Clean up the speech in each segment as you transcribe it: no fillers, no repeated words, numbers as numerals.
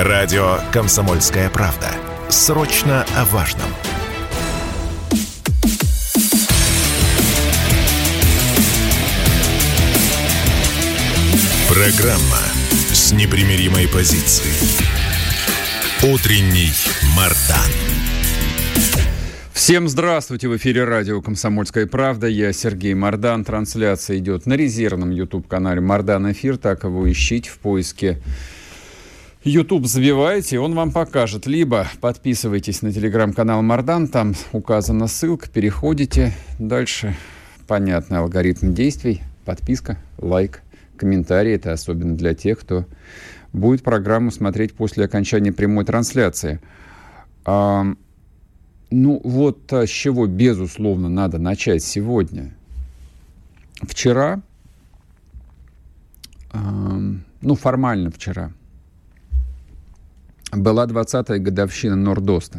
Радио «Комсомольская правда». Срочно о важном. Программа с непримиримой позицией. Утренний Мардан. Всем здравствуйте! В эфире радио «Комсомольская правда». Я Сергей Мардан. Трансляция идет на резервном YouTube-канале «Мардан Эфир». Так его ищите в поиске YouTube, забивайте, он вам покажет. Либо подписывайтесь на телеграм-канал Мардан, там указана ссылка, переходите. Дальше понятный алгоритм действий. Подписка, лайк, комментарий. Это особенно для тех, кто будет программу смотреть после окончания прямой трансляции. С чего, безусловно, надо начать сегодня. Вчера, формально вчера, была 20-я годовщина Нордоста.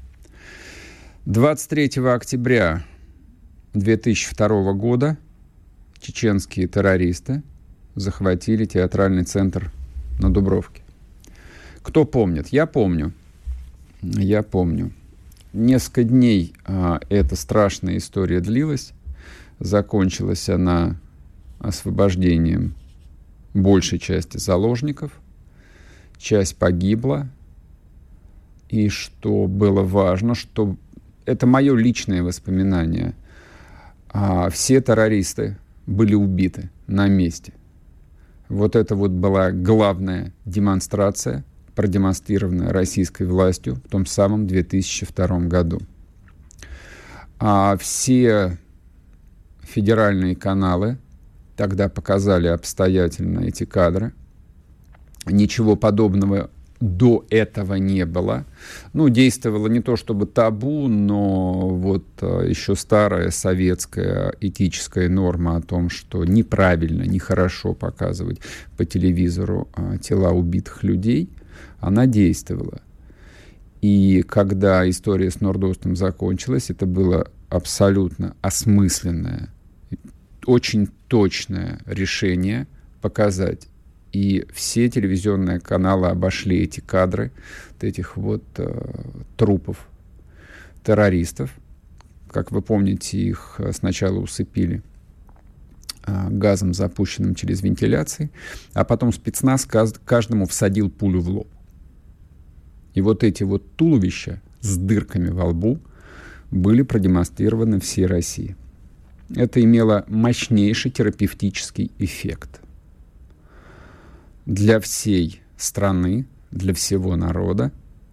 23 октября 2002 года чеченские террористы захватили театральный центр на Дубровке. Кто помнит? Я помню. Несколько дней эта страшная история длилась. Закончилась она освобождением большей части заложников. Часть погибла. И что было важно, что это мое личное воспоминание. Все террористы были убиты на месте. Вот это вот была главная демонстрация, продемонстрированная российской властью в том самом 2002 году. Все федеральные каналы тогда показали обстоятельно эти кадры. Ничего подобного до этого не было. Действовало не то чтобы табу, но еще старая советская этическая норма о том, что неправильно, нехорошо показывать по телевизору тела убитых людей, она действовала. И когда история с Нордостом закончилась, это было абсолютно осмысленное, очень точное решение показать. И все телевизионные каналы обошли эти кадры этих трупов террористов. Как вы помните, их сначала усыпили газом, запущенным через вентиляцию, а потом спецназ каждому всадил пулю в лоб. И эти туловища с дырками во лбу были продемонстрированы всей России. Это имело мощнейший терапевтический эффект. Для всей страны, для всего народа.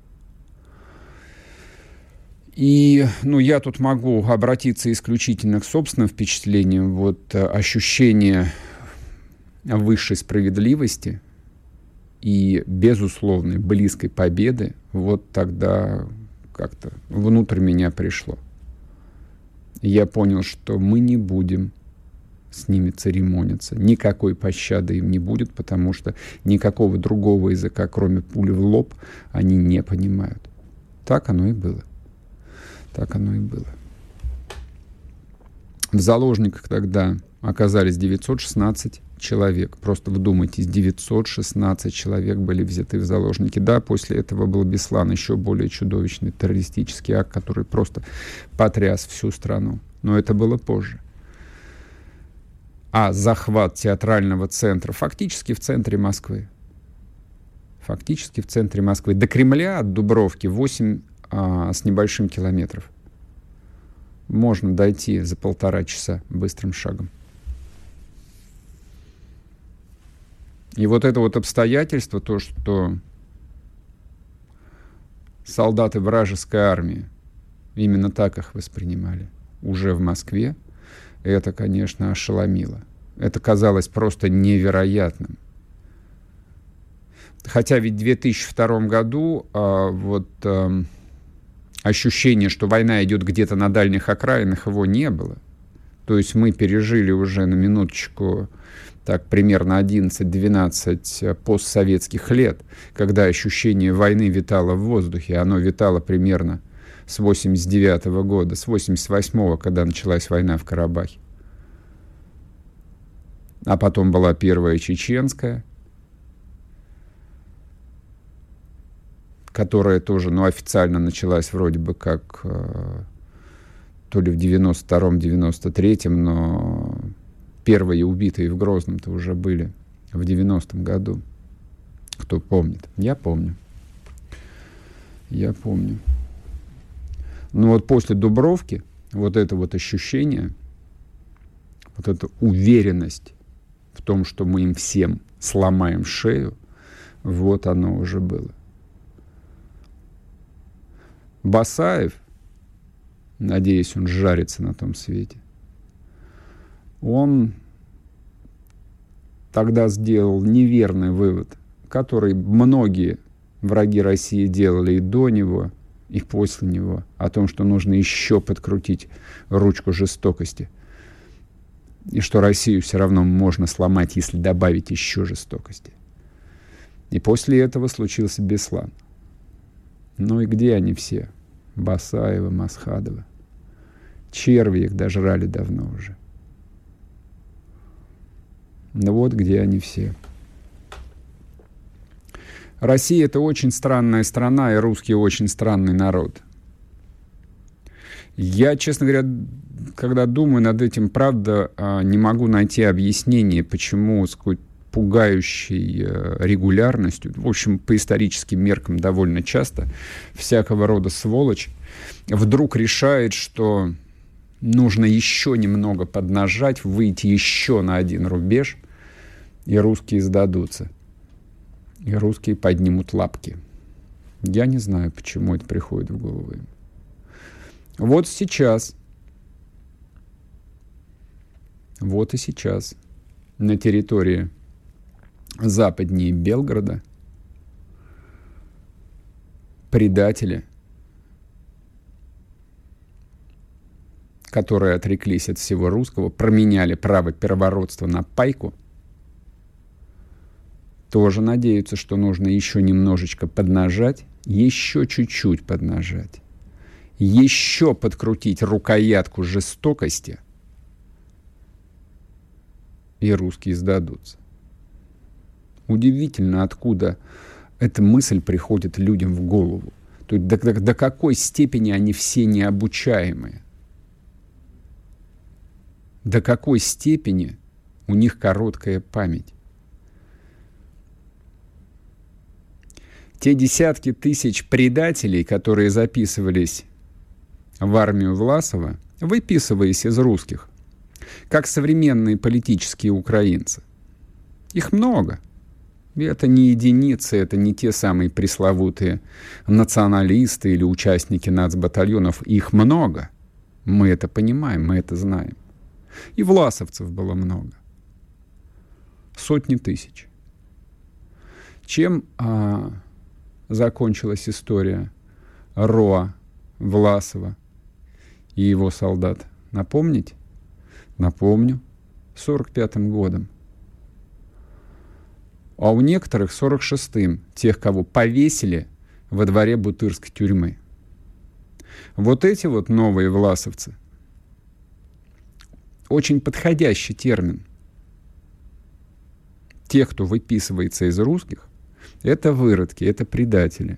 И, я тут могу обратиться исключительно к собственным впечатлениям. Ощущение высшей справедливости и безусловной близкой победы тогда как-то внутрь меня пришло. И я понял, что мы не будем с ними церемониться. Никакой пощады им не будет, потому что никакого другого языка, кроме пули в лоб, они не понимают. Так оно и было. В заложниках тогда оказались 916 человек. Просто вдумайтесь, 916 человек были взяты в заложники. Да, после этого был Беслан, еще более чудовищный террористический акт, который просто потряс всю страну. Но это было позже. Захват театрального центра фактически в центре Москвы. До Кремля от Дубровки 8 с небольшим километров. Можно дойти за 1,5 часа быстрым шагом. И это обстоятельство, то, что солдаты вражеской армии именно так их воспринимали уже в Москве, это, конечно, ошеломило. Это казалось просто невероятным. Хотя ведь в 2002 году ощущение, что война идет где-то на дальних окраинах, его не было. То есть мы пережили уже на минуточку примерно 11-12 постсоветских лет, когда ощущение войны витало в воздухе. Оно витало примерно с 89 года, с 88-го, когда началась война в Карабахе. А потом была первая чеченская. которая тоже, официально началась вроде бы как то ли в 92-м, 93-м, но первые убитые в Грозном-то уже были в 90-м году. Кто помнит? Я помню. Но вот после Дубровки вот это вот ощущение, вот эта уверенность в том, что мы им всем сломаем шею, вот оно уже было. Басаев, надеюсь, он жарится на том свете, он тогда сделал неверный вывод, который многие враги России делали и до него, и после него, о том, что нужно еще подкрутить ручку жестокости, и что Россию все равно можно сломать, если добавить еще жестокости. И после этого случился Беслан. Ну и где они все? Басаева, Масхадова. Черви их дожрали давно уже. Ну вот где они все. Россия — это очень странная страна, и русские — очень странный народ. Я, честно говоря, когда думаю над этим, правда, не могу найти объяснение, почему с какой-то пугающей регулярностью, в общем, по историческим меркам довольно часто, всякого рода сволочь вдруг решает, что нужно еще немного поднажать, выйти еще на один рубеж, и русские сдадутся. И русские поднимут лапки. Я не знаю, почему это приходит в голову им. Вот сейчас, вот и сейчас на территории западнее Белгорода предатели, которые отреклись от всего русского, променяли право первородства на пайку, тоже надеются, что нужно еще немножечко поднажать, еще чуть-чуть поднажать, еще подкрутить рукоятку жестокости, и русские сдадутся. Удивительно, откуда эта мысль приходит людям в голову. То есть до какой степени они все необучаемые. До какой степени у них короткая память. Те десятки тысяч предателей, которые записывались в армию Власова, выписываясь из русских, как современные политические украинцы. Их много. И это не единицы, это не те самые пресловутые националисты или участники нацбатальонов. Их много. Мы это понимаем, мы это знаем. И власовцев было много. Сотни тысяч. Чем закончилась история Роа, Власова и его солдат? Напомнить? Напомню. 45-м годом. А у некоторых 46-м, тех, кого повесили во дворе Бутырской тюрьмы. Вот эти вот новые власовцы. Очень подходящий термин. Тех, кто выписывается из русских, это выродки, это предатели.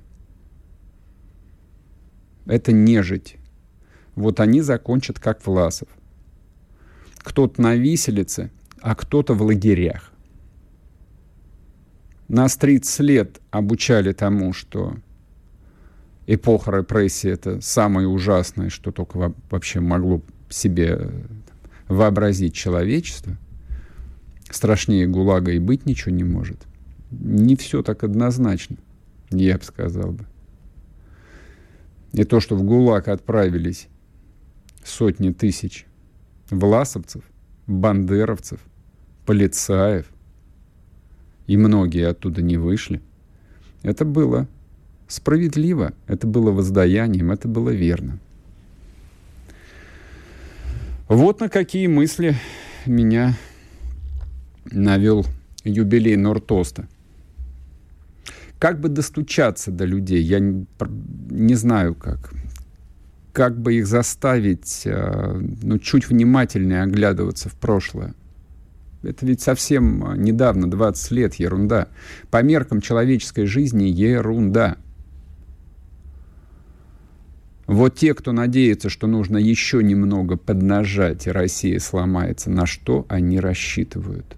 Это нежить. Вот они закончат как Власов. Кто-то на виселице, а кто-то в лагерях. Нас 30 лет обучали тому, что эпоха репрессий — это самое ужасное, что только вообще могло себе вообразить человечество. Страшнее ГУЛАГа и быть ничего не может. Не все так однозначно, я бы сказал бы. И то, что в ГУЛАГ отправились сотни тысяч власовцев, бандеровцев, полицаев, и многие оттуда не вышли, это было справедливо, это было воздаянием, это было верно. Вот на какие мысли меня навел юбилей Нортоста. Как бы достучаться до людей, я не знаю как. Как бы их заставить, чуть внимательнее оглядываться в прошлое. Это ведь совсем недавно, 20 лет, ерунда. По меркам человеческой жизни ерунда. Вот те, кто надеется, что нужно еще немного поднажать, и Россия сломается, на что они рассчитывают?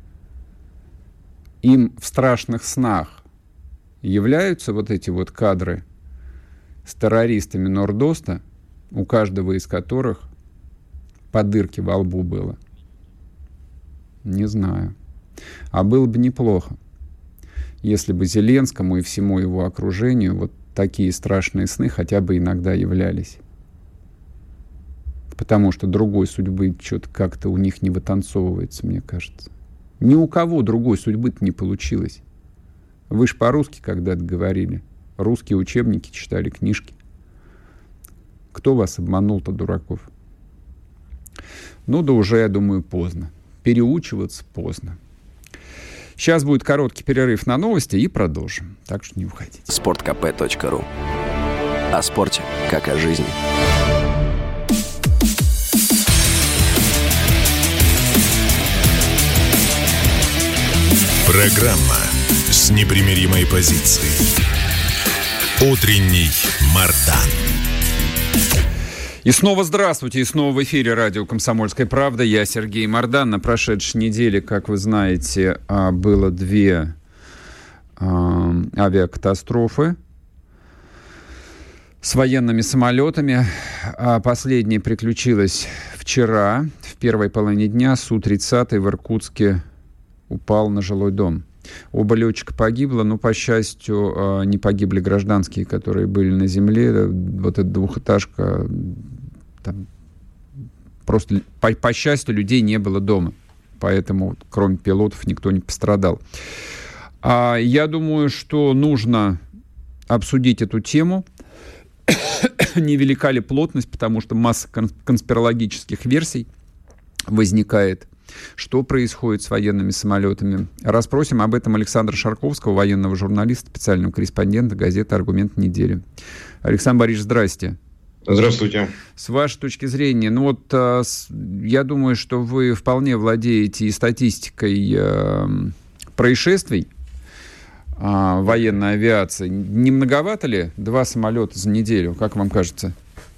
Им в страшных снах являются вот эти вот кадры с террористами Нордоста, у каждого из которых по дырке во лбу было? Не знаю. А было бы неплохо, если бы Зеленскому и всему его окружению вот такие страшные сны хотя бы иногда являлись. Потому что другой судьбы что-то как-то у них не вытанцовывается, мне кажется. Ни у кого другой судьбы-то не получилось. Вы ж по-русски когда-то говорили. Русские учебники читали, книжки. Кто вас обманул-то, дураков? Ну да уже, я думаю, поздно. Переучиваться поздно. Сейчас будет короткий перерыв на новости и продолжим. Так что не уходите. sportkp.ru. О спорте, как о жизни. Программа с непримиримой позицией. Утренний Мардан. И снова здравствуйте, и снова в эфире радио «Комсомольская правда». Я Сергей Мардан. На прошедшей неделе, как вы знаете, было 2 авиакатастрофы с военными самолетами. Последняя приключилась вчера, в первой половине дня. Су-30 в Иркутске упал на жилой дом. Оба летчика погибло, но, по счастью, не погибли гражданские, которые были на земле. Вот эта двухэтажка, там, просто, по счастью, людей не было дома. Поэтому, кроме пилотов, никто не пострадал. Я думаю, что нужно обсудить эту тему. Невелика ли плотность, потому что масса конспирологических версий возникает. Что происходит с военными самолетами? Расспросим об этом Александра Шарковского, военного журналиста, специального корреспондента газеты «Аргумент недели». Александр Борисович, здрасте. Здравствуйте. С вашей точки зрения, ну вот я думаю, что вы вполне владеете и статистикой происшествий военной авиации. Не многовато ли 2 самолета за неделю, как вам кажется?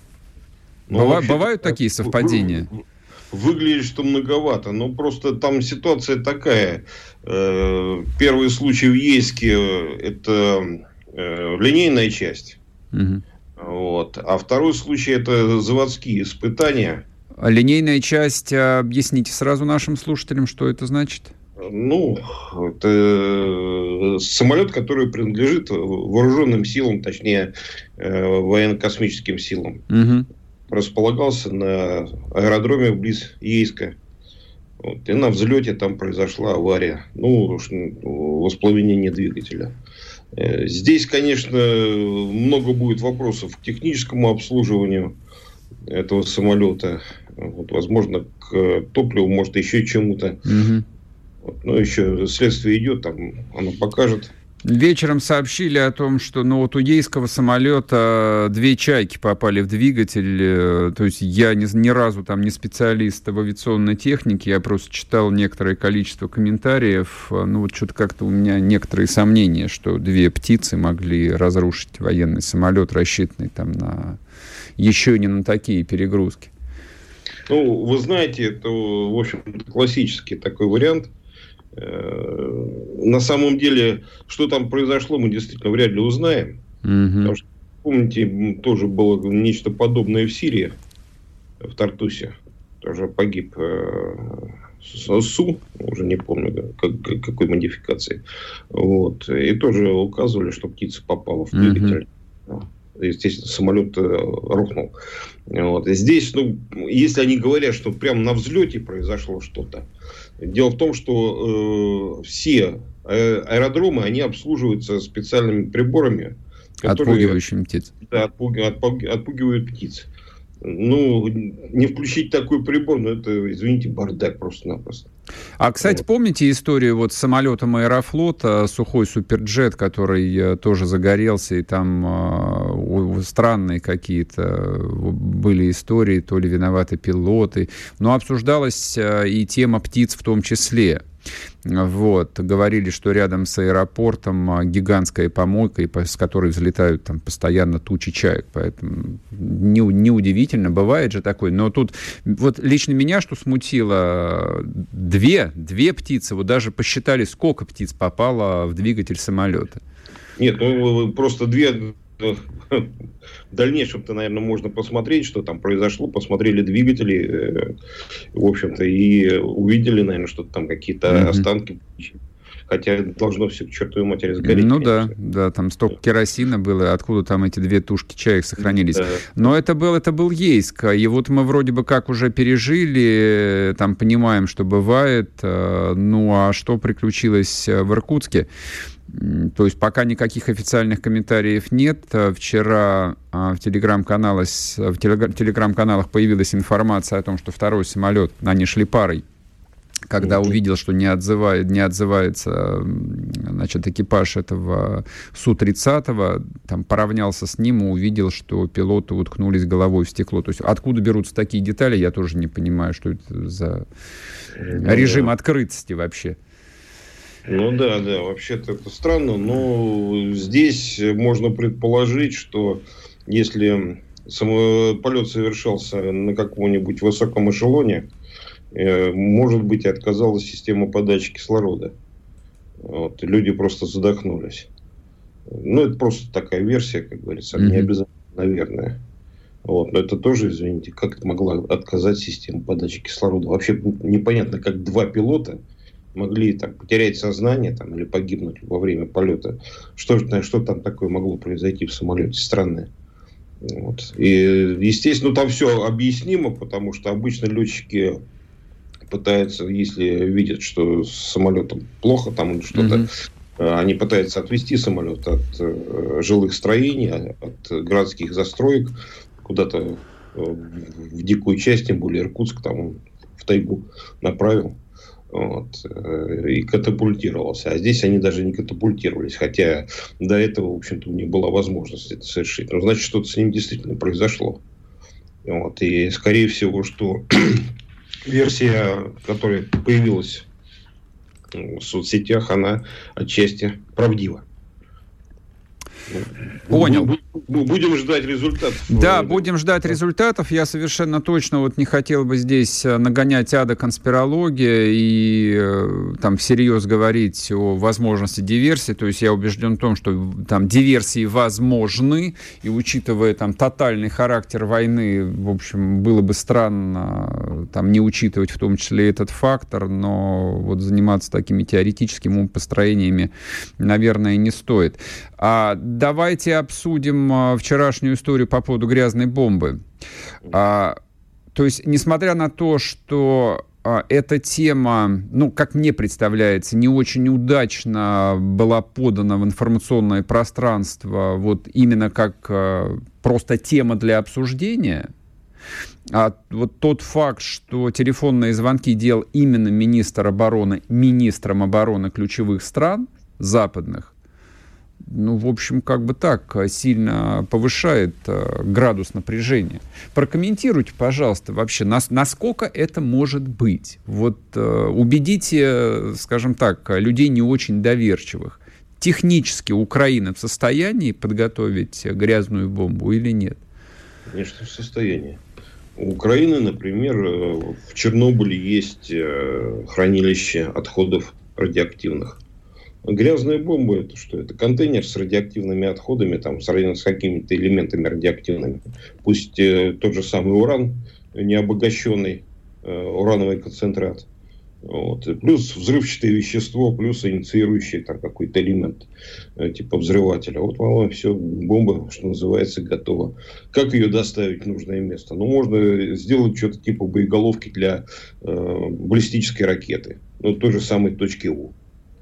Бывают такие совпадения? Выглядит, что многовато, но просто там ситуация такая. Первый случай в Ейске – это линейная часть. Угу. Вот. А второй случай – это заводские испытания. Линейная часть, объясните сразу нашим слушателям, что это значит? Ну, это самолет, который принадлежит вооруженным силам, точнее, военно-космическим силам. Угу. Располагался на аэродроме близ Ейска. Вот. И на взлете там произошла авария. Воспламенение двигателя. Здесь, конечно, много будет вопросов к техническому обслуживанию этого самолета. Вот, возможно, к топливу, может, еще чему-то. Угу. Вот. Но еще следствие идет, там оно покажет. Вечером сообщили о том, что у Ейского самолета 2 чайки попали в двигатель. То есть я ни разу там не специалист в авиационной технике, я просто читал некоторое количество комментариев. Что-то как-то у меня некоторые сомнения, что 2 птицы могли разрушить военный самолет, рассчитанный там на еще не на такие перегрузки. Вы знаете, это, в общем-то, классический такой вариант. На самом деле, что там произошло, мы действительно вряд ли узнаем. Потому что, помните, тоже было нечто подобное в Сирии, в Тартусе. Тоже погиб СУ, уже не помню, какой модификации. Вот. И тоже указывали, что птица попала в двигатель. Естественно, самолет рухнул. Вот. И здесь, если они говорят, что прямо на взлете произошло что-то, дело в том, что все аэродромы, они обслуживаются специальными приборами, которые отпугивающими птиц. Да, отпугивают птиц. Не включить такой прибор, это, извините, бардак просто-напросто. А, кстати, помните историю с самолетом Аэрофлота, сухой суперджет, который тоже загорелся, и там странные какие-то были истории, то ли виноваты пилоты, но обсуждалась и тема птиц в том числе. Вот. Говорили, что рядом с аэропортом гигантская помойка, с которой взлетают там постоянно тучи чаек. Поэтому неудивительно, бывает же такое. Но тут вот лично меня что смутило, две птицы, вот даже посчитали, сколько птиц попало в двигатель самолета. Нет, просто две... В дальнейшем-то, наверное, можно посмотреть, что там произошло. Посмотрели двигатели, в общем-то, и увидели, наверное, что там какие-то останки. Хотя должно все к чертовой матери сгореть. Ну да, там столько керосина было, откуда там эти две тушки чаек сохранились. Да. Но это был Ейск. И вот мы вроде бы как уже пережили, там понимаем, что бывает. Ну а что приключилось в Иркутске? То есть пока никаких официальных комментариев нет. Вчера в телеграм-каналах появилась информация о том, что второй самолет, они шли парой, когда увидел, что не отзывается, значит, экипаж этого Су-30, там поравнялся с ним и увидел, что пилоты уткнулись головой в стекло. То есть откуда берутся такие детали, я тоже не понимаю, что это за режим открытости вообще. Ну да, вообще-то это странно, но здесь можно предположить, что если полет совершался на каком-нибудь высоком эшелоне, может быть, отказалась система подачи кислорода. Вот, люди просто задохнулись. Ну, это просто такая версия, как говорится, не обязательно, наверное. Вот, но это тоже, извините, как это могла отказать система подачи кислорода? Вообще непонятно, как два пилота могли там потерять сознание там, или погибнуть во время полета. Что там такое могло произойти в самолете? Странное. Вот. И, естественно, там все объяснимо, потому что обычно летчики пытаются, если видят, что с самолетом плохо там или что-то, они пытаются отвести самолет от жилых строений, от городских застроек куда-то в дикую часть, тем более Иркутск, там он в тайгу направил. Вот, и катапультировался. А здесь они даже не катапультировались, хотя до этого, в общем-то, у них была возможность это совершить. Но значит, что-то с ним действительно произошло. Вот, и, скорее всего, что версия, которая появилась в соцсетях, она отчасти правдива. Понял. Будем ждать результатов. Да, будем ждать результатов. Я совершенно точно вот не хотел бы здесь нагонять ада конспирология и там всерьез говорить о возможности диверсии. То есть я убежден в том, что там диверсии возможны, и учитывая там тотальный характер войны, в общем, было бы странно там не учитывать в том числе этот фактор, но вот заниматься такими теоретическими умопостроениями, наверное, не стоит. Давайте обсудим вчерашнюю историю по поводу грязной бомбы. То есть, несмотря на то, что эта тема, ну, как мне представляется, не очень удачно была подана в информационное пространство, вот именно как просто тема для обсуждения, а вот тот факт, что телефонные звонки делал именно министром обороны ключевых стран западных, ну, в общем, как бы так, сильно повышает градус напряжения. Прокомментируйте, пожалуйста, вообще, насколько это может быть? Вот убедите, скажем так, людей не очень доверчивых. Технически Украина в состоянии подготовить грязную бомбу или нет? Конечно, в состоянии. У Украины, например, в Чернобыле есть хранилище отходов радиоактивных. Грязная бомба — это что? Это контейнер с радиоактивными отходами, там, с какими-то элементами радиоактивными. Пусть тот же самый уран, необогащенный урановый концентрат. Вот. Плюс взрывчатое вещество, плюс инициирующий там какой-то элемент типа взрывателя. Вот вам все, бомба, что называется, готова. Как ее доставить в нужное место? Ну, можно сделать что-то типа боеголовки для баллистической ракеты. Ну, той же самой точки У.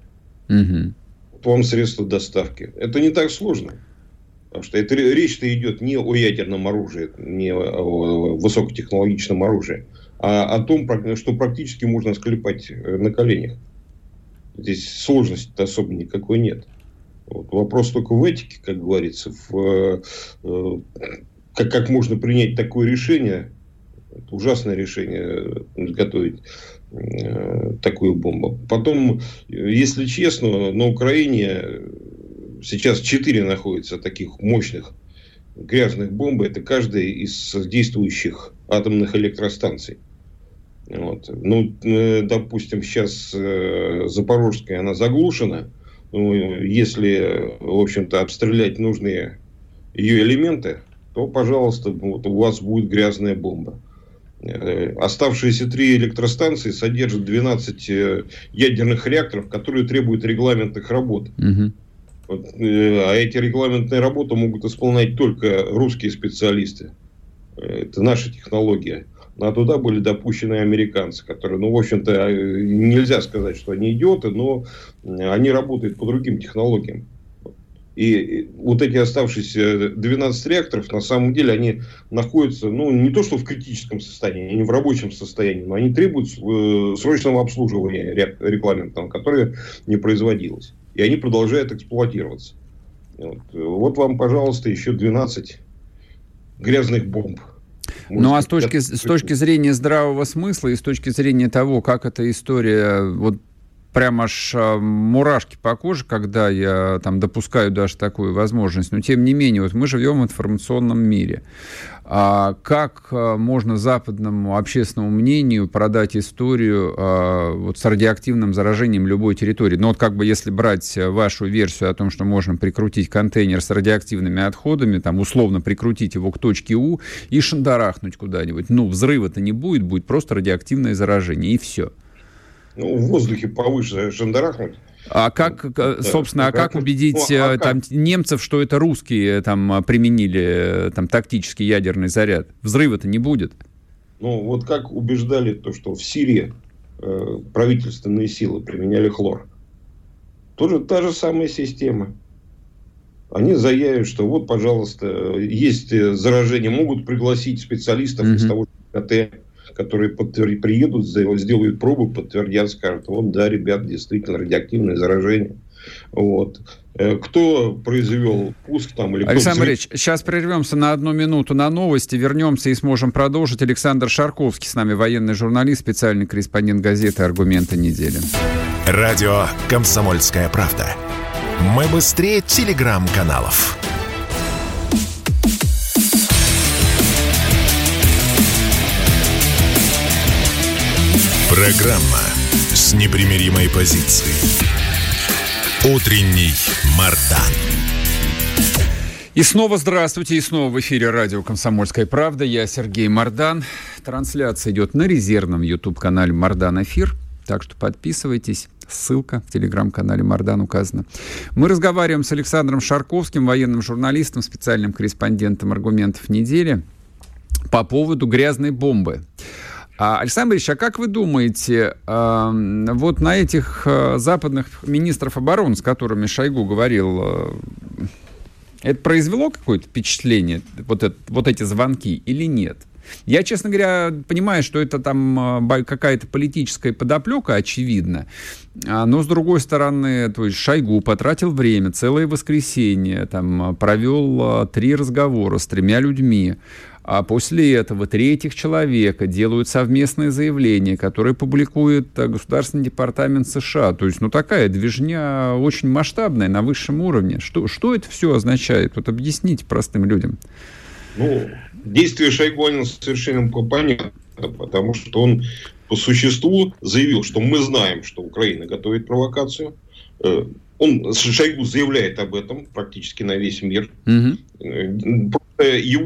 Вот вам средства доставки. Это не так сложно. Потому что речь-то идет не о ядерном оружии, не о высокотехнологичном оружии, а о том, что практически можно склепать на коленях. Здесь сложности-то особо никакой нет. Вот. Вопрос только в этике, как говорится, как можно принять такое решение, ужасное решение, изготовить такую бомбу. Потом, если честно, на Украине сейчас 4 находятся таких мощных грязных бомб. Это каждая из действующих атомных электростанций. Вот. Ну, допустим, сейчас Запорожская, она заглушена. Ну, если, в общем-то, обстрелять нужные ее элементы, то, пожалуйста, вот у вас будет грязная бомба. Оставшиеся 3 электростанции содержат 12 ядерных реакторов, которые требуют регламентных работ. Угу. Вот, а эти регламентные работы могут исполнять только русские специалисты. Это наша технология. А туда были допущены американцы, которые, ну, в общем-то, нельзя сказать, что они идиоты, но они работают по другим технологиям. И вот эти оставшиеся 12 реакторов, на самом деле, они находятся, ну, не то что в критическом состоянии, не в рабочем состоянии, но они требуют срочного обслуживания регламентного, которое не производилось. И они продолжают эксплуатироваться. Вот вам, пожалуйста, еще 12 грязных бомб. Ну, а с точки зрения здравого смысла и с точки зрения того, как эта история, вот прям аж мурашки по коже, когда я там допускаю даже такую возможность, но тем не менее, вот мы живем в информационном мире. А как можно западному общественному мнению продать историю вот с радиоактивным заражением любой территории? Ну, вот как бы если брать вашу версию о том, что можно прикрутить контейнер с радиоактивными отходами, там условно прикрутить его к точке У и шандарахнуть куда-нибудь. Ну, взрыва-то не будет, будет просто радиоактивное заражение, и все. Ну, в воздухе повыше шандарахнуть. А как, собственно, как убедить там немцев, что это русские там применили там тактический ядерный заряд? Взрыва-то не будет. Ну, вот как убеждали то, что в Сирии правительственные силы применяли хлор. Тоже та же самая система. Они заявят, что вот, пожалуйста, есть заражение, могут пригласить специалистов из того же КТ, которые приедут, сделают пробу, подтвердят, скажут, вот, да, ребят, действительно радиоактивное заражение. Вот. Кто произвел пуск там? Или Александр Ильич, сейчас прервемся на 1 минуту на новости, вернемся и сможем продолжить. Александр Шарковский с нами, военный журналист, специальный корреспондент газеты «Аргументы недели». Радио «Комсомольская правда». Мы быстрее телеграм-каналов. Программа с непримиримой позицией. Утренний Мардан. И снова здравствуйте, и снова в эфире радио «Комсомольская правда». Я Сергей Мардан. Трансляция идет на резервном YouTube-канале «Мардан Эфир». Так что подписывайтесь. Ссылка в телеграм-канале «Мардан» указана. Мы разговариваем с Александром Шарковским, военным журналистом, специальным корреспондентом «Аргументов недели» по поводу грязной бомбы. Александр Ильич, а как вы думаете, вот на этих западных министров обороны, с которыми Шойгу говорил, это произвело какое-то впечатление, вот эти звонки, или нет? Я, честно говоря, понимаю, что это там какая-то политическая подоплека, очевидно, но, с другой стороны, то есть Шойгу потратил время, целое воскресенье, там, провел 3 разговора с 3 людьми, а после этого 3 человека делают совместное заявление, которое публикует Государственный департамент США. То есть, такая движня очень масштабная, на высшем уровне. Что это все означает? Вот объясните простым людям. Действия Шойгу совершенно понятно, потому что он по существу заявил, что мы знаем, что Украина готовит провокацию. Шойгу заявляет об этом практически на весь мир. Угу. О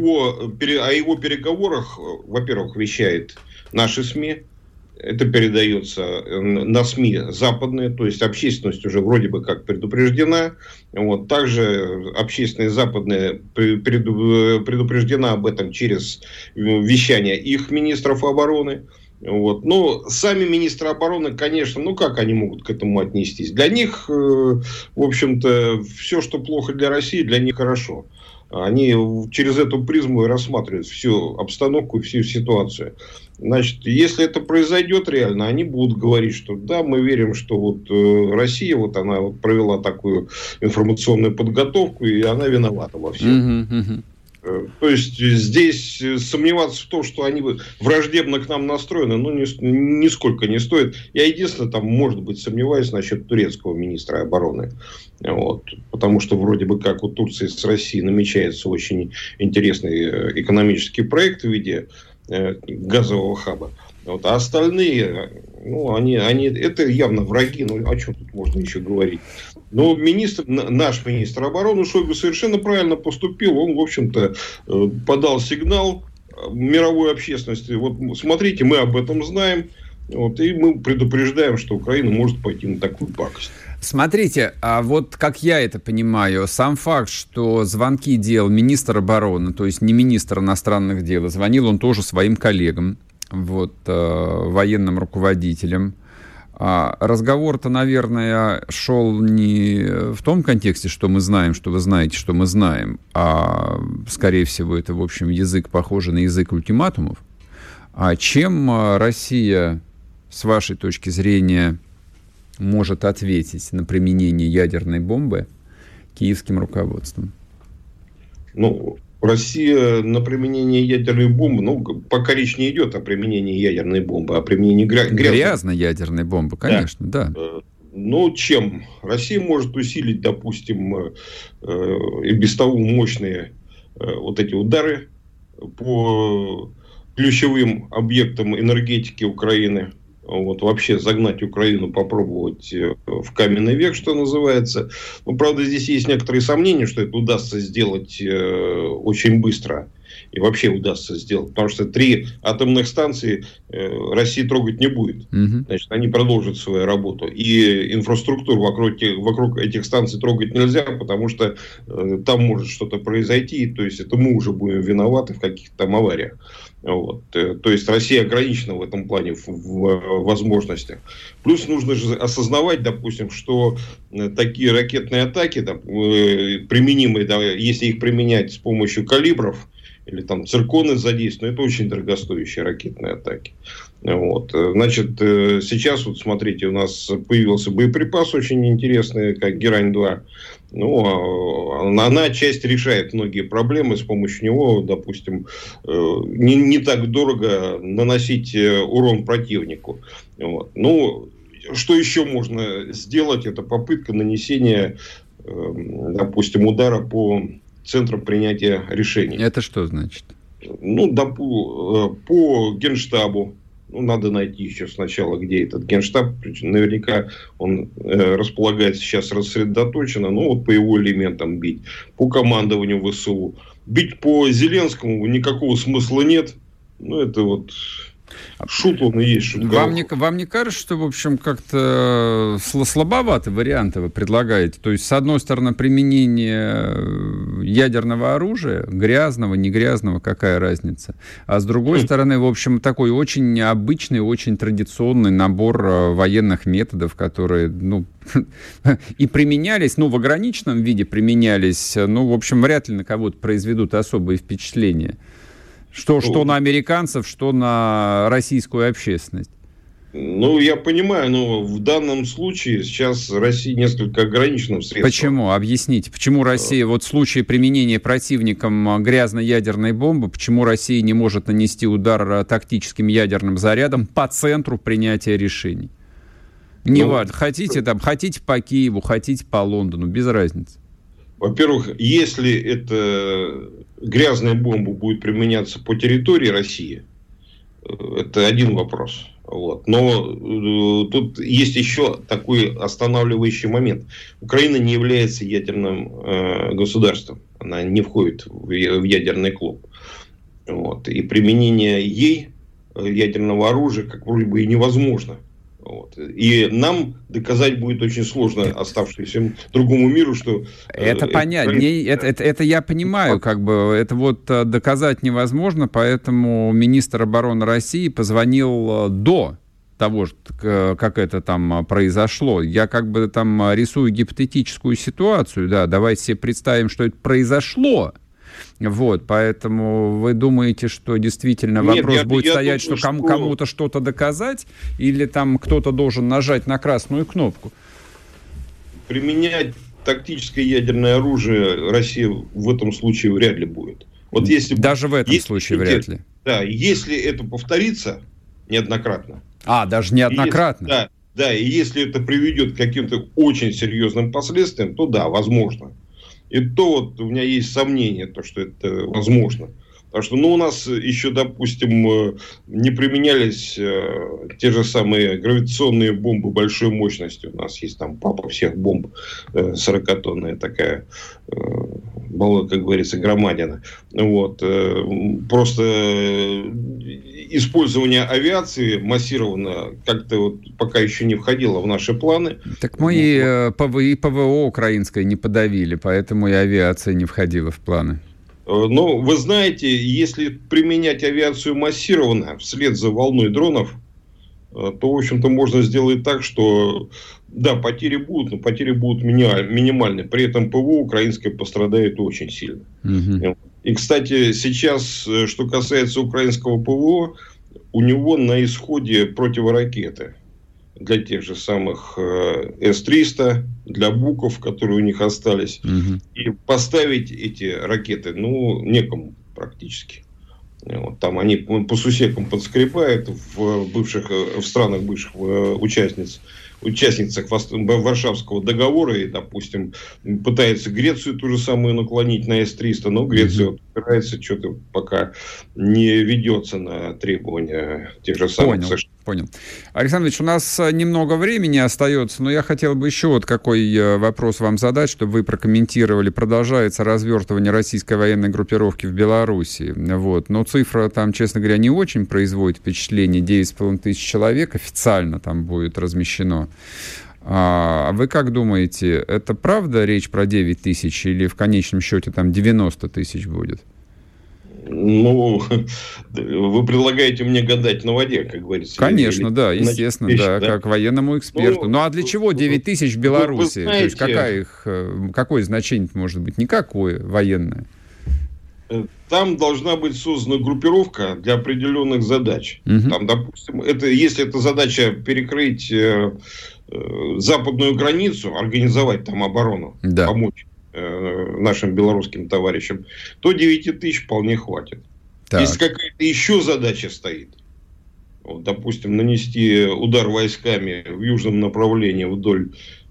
его переговорах, во-первых, вещает наши СМИ. Это передается на СМИ западные, то есть общественность уже вроде бы как предупреждена. Вот. Также общественность западная предупреждена об этом через вещание их министров обороны. Вот. Но сами министры обороны, конечно, как они могут к этому отнестись? Для них, в общем-то, все, что плохо для России, для них хорошо. Они через эту призму и рассматривают всю обстановку и всю ситуацию. Значит, если это произойдет реально, они будут говорить, что да, мы верим, что вот Россия, вот она вот провела такую информационную подготовку, и она виновата во всем. То есть здесь сомневаться в том, что они враждебно к нам настроены, нисколько не стоит. Я единственное, там, может быть, сомневаюсь насчет турецкого министра обороны. Вот. Потому что вроде бы как у Турции с Россией намечается очень интересный экономический проект в виде газового хаба. Вот. А остальные, они это явно враги. О чем тут можно еще говорить? Но наш министр обороны Шойгу совершенно правильно поступил. Он, в общем-то, подал сигнал мировой общественности. Вот смотрите, мы об этом знаем. Вот, и мы предупреждаем, что Украина может пойти на такую пакость. Смотрите, а вот как я это понимаю, сам факт, что звонки делал министр обороны, то есть не министр иностранных дел, звонил он тоже своим коллегам, военным руководителям. Разговор-то, наверное, шел не в том контексте, что мы знаем, что вы знаете, что мы знаем, а, скорее всего, это, в общем, язык, похожий на язык ультиматумов. А чем Россия, с вашей точки зрения, может ответить на применение ядерной бомбы киевским руководством? Россия на применение ядерной бомбы, пока речь не идет о применении ядерной бомбы, а о применении грязной ядерной бомбы, конечно, да. Чем? Россия может усилить, допустим, и без того мощные вот эти удары по ключевым объектам энергетики Украины. Вообще загнать Украину, попробовать в каменный век, что называется. Правда, здесь есть некоторые сомнения, что это удастся сделать очень быстро. И вообще удастся сделать. Потому что 3 атомных станции Россия трогать не будет. Значит, они продолжат свою работу. И инфраструктуру вокруг этих станций трогать нельзя, потому что там может что-то произойти. То есть, это мы уже будем виноваты в каких-то там авариях. То есть, Россия ограничена в этом плане в возможностях. Плюс нужно же осознавать, допустим, что такие ракетные атаки, применимые, если их применять с помощью калибров, или там цирконы задействованы, это очень дорогостоящие ракетные атаки. Значит, сейчас, смотрите, у нас появился боеприпас очень интересный, как Герань-2. Она отчасти решает многие проблемы. С помощью него, допустим, не так дорого наносить урон противнику. Что еще можно сделать? Это попытка нанесения, допустим, удара по центрам принятия решений. Это что значит? По Генштабу. Надо найти еще сначала, где этот Генштаб. Наверняка он располагается сейчас рассредоточенно. По его элементам бить. По командованию ВСУ. Бить по Зеленскому никакого смысла нет. Это шут он и есть шут. Вам не кажется, что, в общем, как-то слабовато варианты вы предлагаете? То есть, с одной стороны, применение ядерного оружия, грязного, не грязного, какая разница? А с другой стороны, в общем, такой очень обычный, очень традиционный набор военных методов, которые, и применялись, в ограниченном виде применялись, в общем, вряд ли на кого-то произведут особые впечатления. Что на американцев, что на российскую общественность. Я понимаю, но в данном случае сейчас Россия несколько ограничена в средствах. Почему? Объясните. Почему Россия, в случае применения противником грязной ядерной бомбы, почему Россия не может нанести удар тактическим ядерным зарядом по центру принятия решений? Неважно. Хотите по Киеву, хотите по Лондону, без разницы. Во-первых, если эта грязная бомба будет применяться по территории России, это один вопрос. Но тут есть еще такой останавливающий момент. Украина не является ядерным государством. Она не входит в ядерный клуб. И применение ей ядерного оружия, как вроде бы, и невозможно. И нам доказать будет очень сложно оставшемуся другому миру, что... Это понятно. Это я понимаю, это доказать невозможно, поэтому министр обороны России позвонил до того, как это там произошло. Я рисую гипотетическую ситуацию, давайте себе представим, что это произошло. Поэтому вы думаете, что действительно вопрос будет стоять, что кому-то что-то доказать, или там кто-то должен нажать на красную кнопку? Применять тактическое ядерное оружие Россия в этом случае вряд ли будет. Вот если даже в этом случае вряд ли. Да, если это повторится неоднократно. Даже неоднократно. И если это приведет к каким-то очень серьезным последствиям, то да, возможно. И то вот у меня есть сомнение, что это возможно. Потому что у нас еще, допустим, не применялись те же самые гравитационные бомбы большой мощности. У нас есть там папа всех бомб, 40-тонная такая, как говорится, громадина. Вот. Просто использование авиации массированно как-то вот пока еще не входило в наши планы. Так мы и ПВО украинское не подавили, поэтому и авиация не входила в планы. Но вы знаете, если применять авиацию массированно вслед за волной дронов, то, в общем-то, можно сделать так, что, да, потери будут, но потери будут минимальны. При этом ПВО украинское пострадает очень сильно. Угу. И, кстати, сейчас, что касается украинского ПВО, у него на исходе противоракеты для тех же самых С-300, для Буков, которые у них остались. Угу. И поставить эти ракеты, некому практически. Вот, там они по сусекам подскребают в странах бывших участницах Варшавского договора и, допустим, пытается Грецию ту же самую наклонить на С-300, но Греция опирается, что-то пока не ведется на требования тех же самых США. Понял. Александр Ильич, у нас немного времени остается, но я хотел бы еще вот какой вопрос вам задать, чтобы вы прокомментировали. Продолжается развертывание российской военной группировки в Беларуси. Вот. Но цифра там, честно говоря, не очень производит впечатление. 9,5 тысяч человек официально там будет размещено. А вы как думаете, это правда речь про 9 тысяч или в конечном счете там 90 тысяч будет? Вы предлагаете мне гадать на воде, как говорится. Конечно, да, естественно, да, как военному эксперту. А для чего 9 тысяч в Беларуси? Знаете, то есть какое значение может быть? Никакое военное. Там должна быть создана группировка для определенных задач. Угу. Там, допустим, если это задача перекрыть западную границу, организовать там оборону, помочь нашим белорусским товарищам, то 9 тысяч вполне хватит. Так. Если какая-то еще задача стоит, допустим, нанести удар войсками в южном направлении вдоль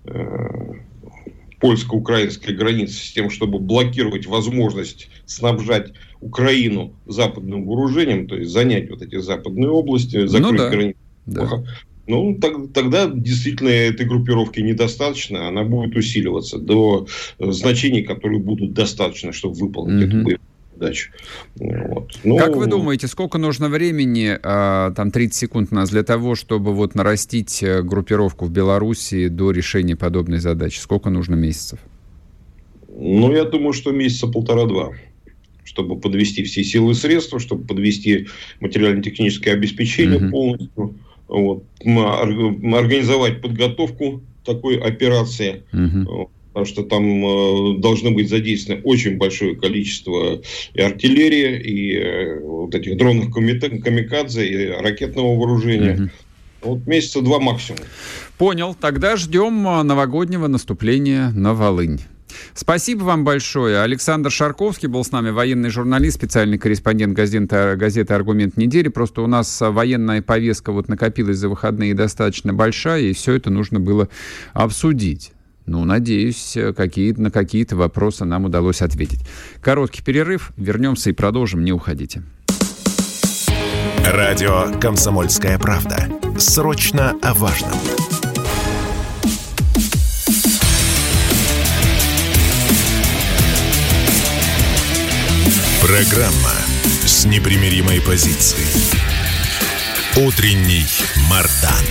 польско-украинской границы с тем, чтобы блокировать возможность снабжать Украину западным вооружением, то есть занять вот эти западные области, закрыть границу. Да. Тогда действительно этой группировки недостаточно, она будет усиливаться до значений, которые будут достаточно, чтобы выполнить эту боевую задачу. Вот. Как вы думаете, сколько нужно времени, там 30 секунд у нас, для того, чтобы нарастить группировку в Беларуси до решения подобной задачи? Сколько нужно месяцев? Я думаю, что месяца 1,5-2. Чтобы подвести все силы и средства, чтобы подвести материально-техническое обеспечение полностью. Организовать подготовку такой операции, потому что там должны быть задействованы очень большое количество и артиллерии, и вот этих дронов камикадзе, и ракетного вооружения. Месяца 2 максимум. Понял. Тогда ждем новогоднего наступления на Волынь. Спасибо вам большое. Александр Шарковский был с нами, военный журналист, специальный корреспондент газеты «Аргумент недели». Просто у нас военная повестка накопилась за выходные достаточно большая, и все это нужно было обсудить. Надеюсь, на какие-то вопросы нам удалось ответить. Короткий перерыв, вернемся и продолжим, не уходите. Радио «Комсомольская правда». Срочно о важном. Программа с непримиримой позицией. Утренний Мардан.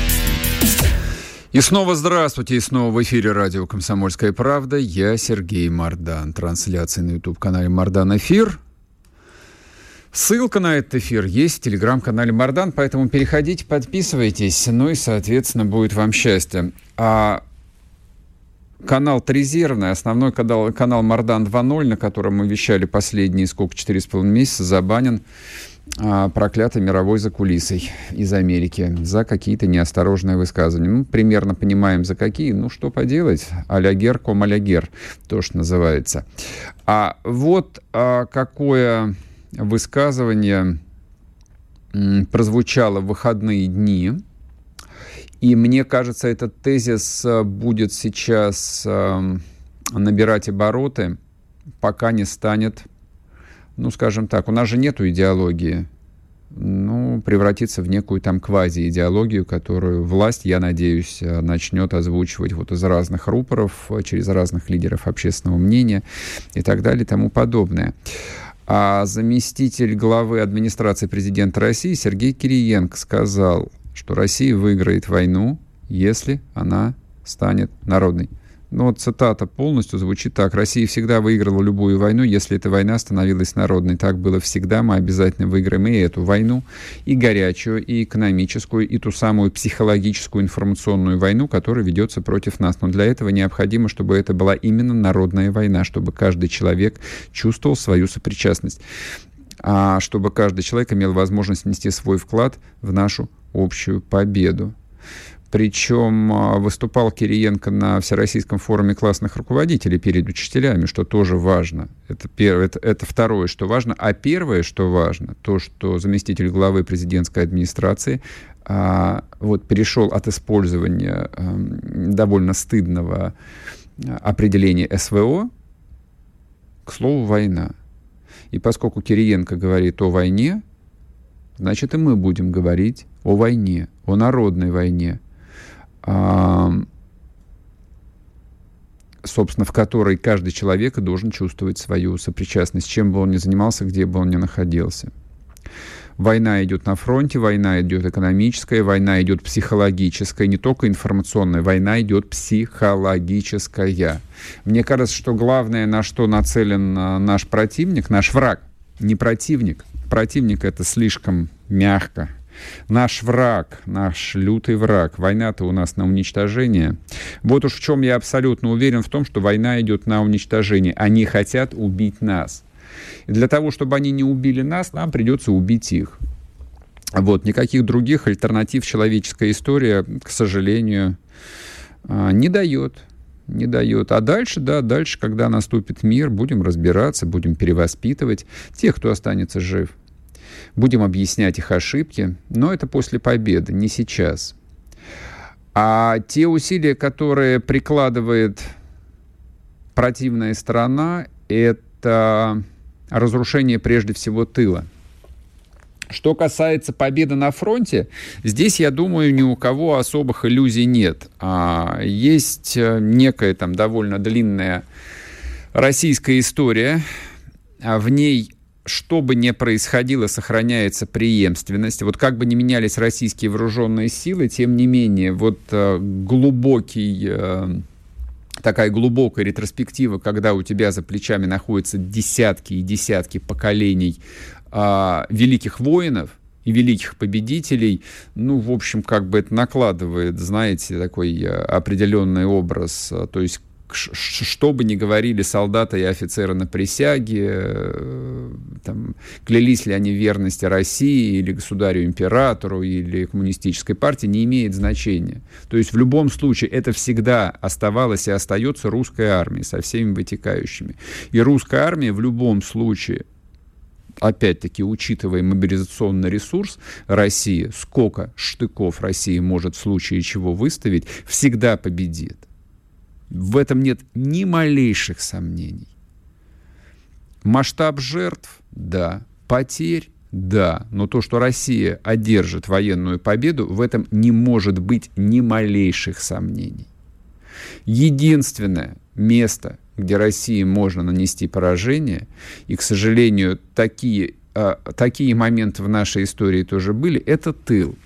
И снова здравствуйте, и снова в эфире радио «Комсомольская правда». Я Сергей Мардан. Трансляция на YouTube-канале «Мардан Эфир». Ссылка на этот эфир есть в телеграм-канале Мардан, поэтому переходите, подписывайтесь, и, соответственно, будет вам счастье. Канал-то резервный, основной канал Мардан 2.0, на котором мы вещали последние 4,5 месяца, забанен проклятой мировой закулисой из Америки за какие-то неосторожные высказывания. Ну, примерно понимаем, за какие. Ну, что поделать? Алягер ком алягер, то, что называется. А вот какое высказывание прозвучало в выходные дни. И мне кажется, этот тезис будет сейчас набирать обороты, пока не станет, ну, скажем так, у нас же нету идеологии, ну, превратиться в некую там квази-идеологию, которую власть, я надеюсь, начнет озвучивать вот из разных рупоров, через разных лидеров общественного мнения и так далее и тому подобное. А заместитель главы администрации президента России Сергей Кириенко сказал, что Россия выиграет войну, если она станет народной. Ну, вот цитата полностью звучит так. Россия всегда выиграла любую войну, если эта война становилась народной. Так было всегда. Мы обязательно выиграем и эту войну, и горячую, и экономическую, и ту самую психологическую информационную войну, которая ведется против нас. Но для этого необходимо, чтобы это была именно народная война, чтобы каждый человек чувствовал свою сопричастность, а чтобы каждый человек имел возможность внести свой вклад в нашу общую победу. Причем выступал Кириенко на Всероссийском форуме классных руководителей перед учителями, что тоже важно. Это второе, что важно. А первое, что важно, то, что заместитель главы президентской администрации вот перешел от использования довольно стыдного определения СВО к слову «война». И поскольку Кириенко говорит о войне, значит, и мы будем говорить о войне, о народной войне, собственно, в которой каждый человек должен чувствовать свою сопричастность, чем бы он ни занимался, где бы он ни находился. Война идет на фронте, война идет экономическая, война идет психологическая, не только информационная, война идет психологическая. Мне кажется, что главное, на что нацелен наш противник, наш враг, не противник. Противник — это слишком мягко. Наш враг, наш лютый враг. Война-то у нас на уничтожение. Вот уж в чем я абсолютно уверен, в том, что война идет на уничтожение. Они хотят убить нас. И для того, чтобы они не убили нас, нам придется убить их. Вот. Никаких других альтернатив человеческая история, к сожалению, не дает. Не дает. А дальше, да, дальше, когда наступит мир, будем разбираться, будем перевоспитывать тех, кто останется жив. Будем объяснять их ошибки, но это после победы, не сейчас. А те усилия, которые прикладывает противная сторона, это разрушение прежде всего тыла. Что касается победы на фронте, здесь, я думаю, ни у кого особых иллюзий нет. Есть некая там довольно длинная российская история, в ней, что бы ни происходило, сохраняется преемственность. Вот как бы ни менялись российские вооруженные силы, тем не менее, вот такая глубокая ретроспектива, когда у тебя за плечами находятся десятки и десятки поколений великих воинов и великих победителей, ну, в общем, как бы это накладывает, знаете, такой определенный образ. То есть, что бы ни говорили солдаты и офицеры на присяге, там, клялись ли они в верности России или государю-императору или коммунистической партии, не имеет значения. То есть в любом случае это всегда оставалось и остается русской армией со всеми вытекающими. И русская армия в любом случае, опять-таки, учитывая мобилизационный ресурс России, сколько штыков Россия может в случае чего выставить, всегда победит. В этом нет ни малейших сомнений. Масштаб жертв – да. Потерь – да. Но то, что Россия одержит военную победу, в этом не может быть ни малейших сомнений. Единственное место, где России можно нанести поражение, и, к сожалению, такие моменты в нашей истории тоже были, это тыл.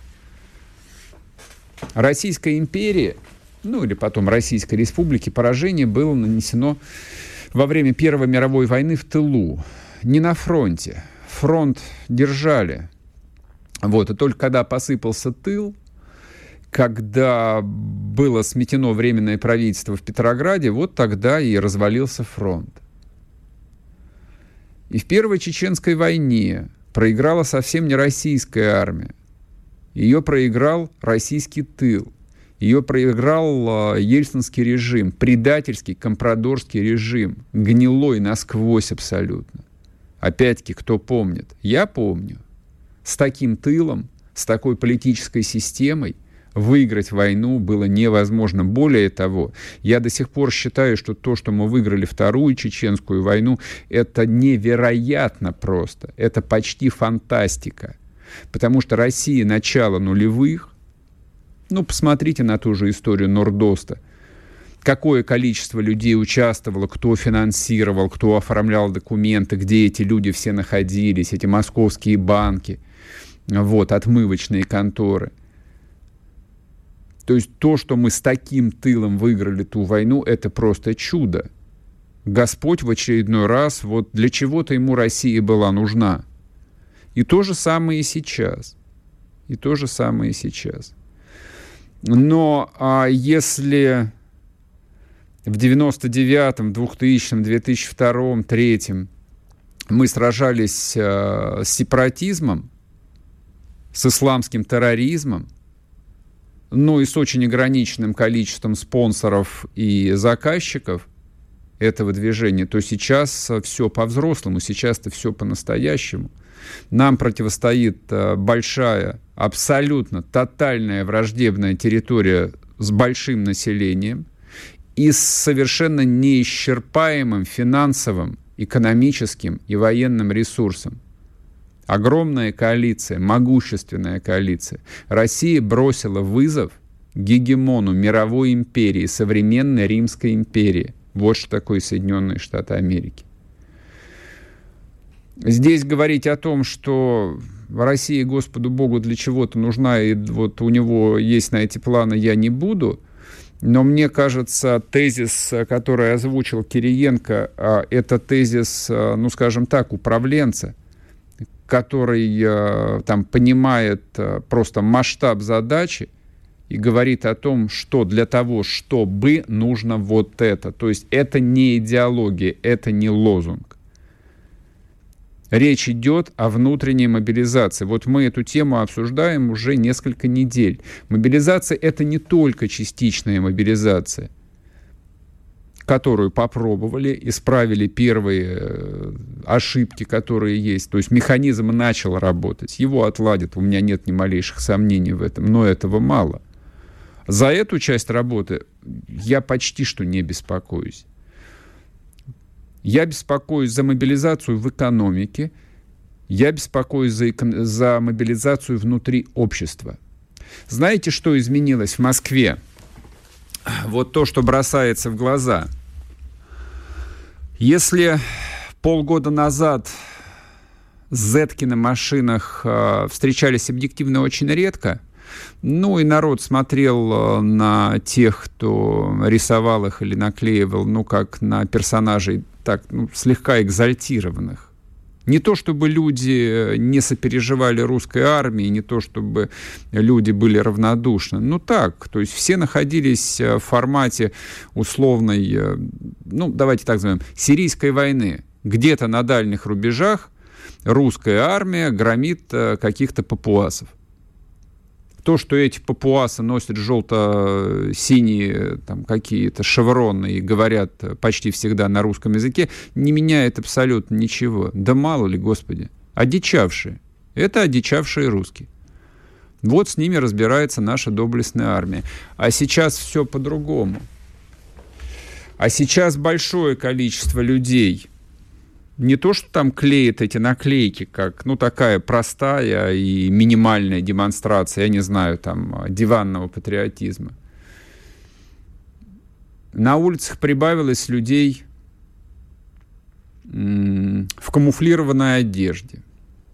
Российская империя, ну или потом Российской Республике, поражение было нанесено во время Первой мировой войны в тылу, не на фронте. Фронт держали. Вот, и только когда посыпался тыл, когда было сметено Временное правительство в Петрограде, вот тогда и развалился фронт. И в Первой Чеченской войне, проиграла совсем не российская армия. Ее проиграл российский тыл. Ее проиграл ельцинский режим, предательский компрадорский режим, гнилой насквозь абсолютно. Опять-таки, кто помнит? Я помню. С таким тылом, с такой политической системой выиграть войну было невозможно. Более того, я до сих пор считаю, что то, что мы выиграли Вторую Чеченскую войну, это невероятно просто. Это почти фантастика. Потому что Россия начала нулевых, посмотрите на ту же историю Нордоста. Какое количество людей участвовало, кто финансировал, кто оформлял документы, где эти люди все находились, эти московские банки, отмывочные конторы. То есть то, что мы с таким тылом выиграли ту войну, это просто чудо. Господь в очередной раз, для чего-то ему Россия была нужна. И то же самое и сейчас. Но если в 99-м, 2000-м, 2002-м, 2003-м мы сражались с сепаратизмом, с исламским терроризмом, и с очень ограниченным количеством спонсоров и заказчиков этого движения, то сейчас все по-взрослому, сейчас-то все по-настоящему. Нам противостоит большая, абсолютно тотальная враждебная территория с большим населением и с совершенно неисчерпаемым финансовым, экономическим и военным ресурсом. Огромная коалиция, могущественная коалиция. Россия бросила вызов гегемону мировой империи, современной Римской империи. Вот что такое Соединенные Штаты Америки. Здесь говорить о том, что Россия Господу Богу для чего-то нужна, и у него есть на эти планы, я не буду. Но мне кажется, тезис, который озвучил Кириенко, это тезис, скажем так, управленца, который понимает просто масштаб задачи и говорит о том, что для того, чтобы нужно это. То есть это не идеология, это не лозунг. Речь идет о внутренней мобилизации. Мы эту тему обсуждаем уже несколько недель. Мобилизация — это не только частичная мобилизация, которую попробовали, исправили первые ошибки, которые есть. То есть механизм начал работать, его отладят, у меня нет ни малейших сомнений в этом, но этого мало. За эту часть работы я почти что не беспокоюсь. Я беспокоюсь за мобилизацию в экономике, я беспокоюсь за мобилизацию внутри общества. Знаете, что изменилось в Москве? То, что бросается в глаза. Если полгода назад зетки на машинах встречались объективно очень редко, и народ смотрел на тех, кто рисовал их или наклеивал, как на персонажей, слегка экзальтированных. Не то, чтобы люди не сопереживали русской армии, не то, чтобы люди были равнодушны. То есть все находились в формате условной, давайте так назовем, сирийской войны. Где-то на дальних рубежах русская армия громит каких-то папуасов. То, что эти папуасы носят желто-синие какие-то шевроны и говорят почти всегда на русском языке, не меняет абсолютно ничего. Да мало ли, Господи. Одичавшие. Это одичавшие русские. С ними разбирается наша доблестная армия. А сейчас все по-другому. А сейчас большое количество людей не то, что там клеят эти наклейки, как, такая простая и минимальная демонстрация, я не знаю, диванного патриотизма. На улицах прибавилось людей в камуфлированной одежде.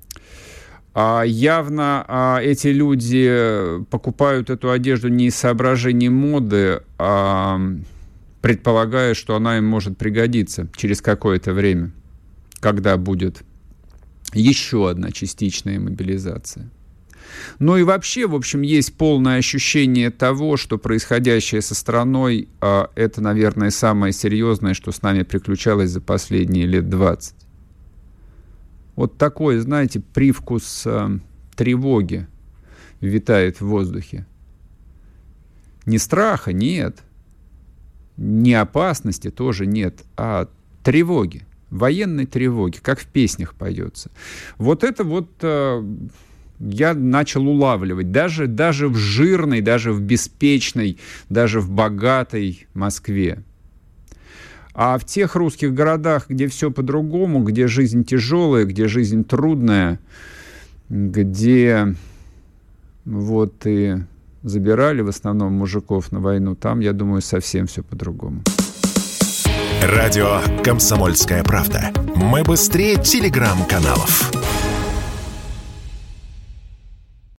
Явно эти люди покупают эту одежду не из соображений моды, а предполагая, что она им может пригодиться через какое-то время, когда будет еще одна частичная мобилизация. И вообще, в общем, есть полное ощущение того, что происходящее со страной это, наверное, самое серьезное, что с нами приключалось за последние лет 20. вот такой, знаете, привкус тревоги витает в воздухе. Не страха, нет. Не опасности тоже нет, а тревоги. Военной тревоги, как в песнях поется. Вот это вот я начал улавливать. Даже в жирной, даже в беспечной, даже в богатой Москве. А в тех русских городах, где все по-другому, где жизнь тяжелая, где жизнь трудная, где вот и забирали в основном мужиков на войну, там, я думаю, совсем все по-другому. Радио «Комсомольская правда». Мы быстрее телеграм-каналов.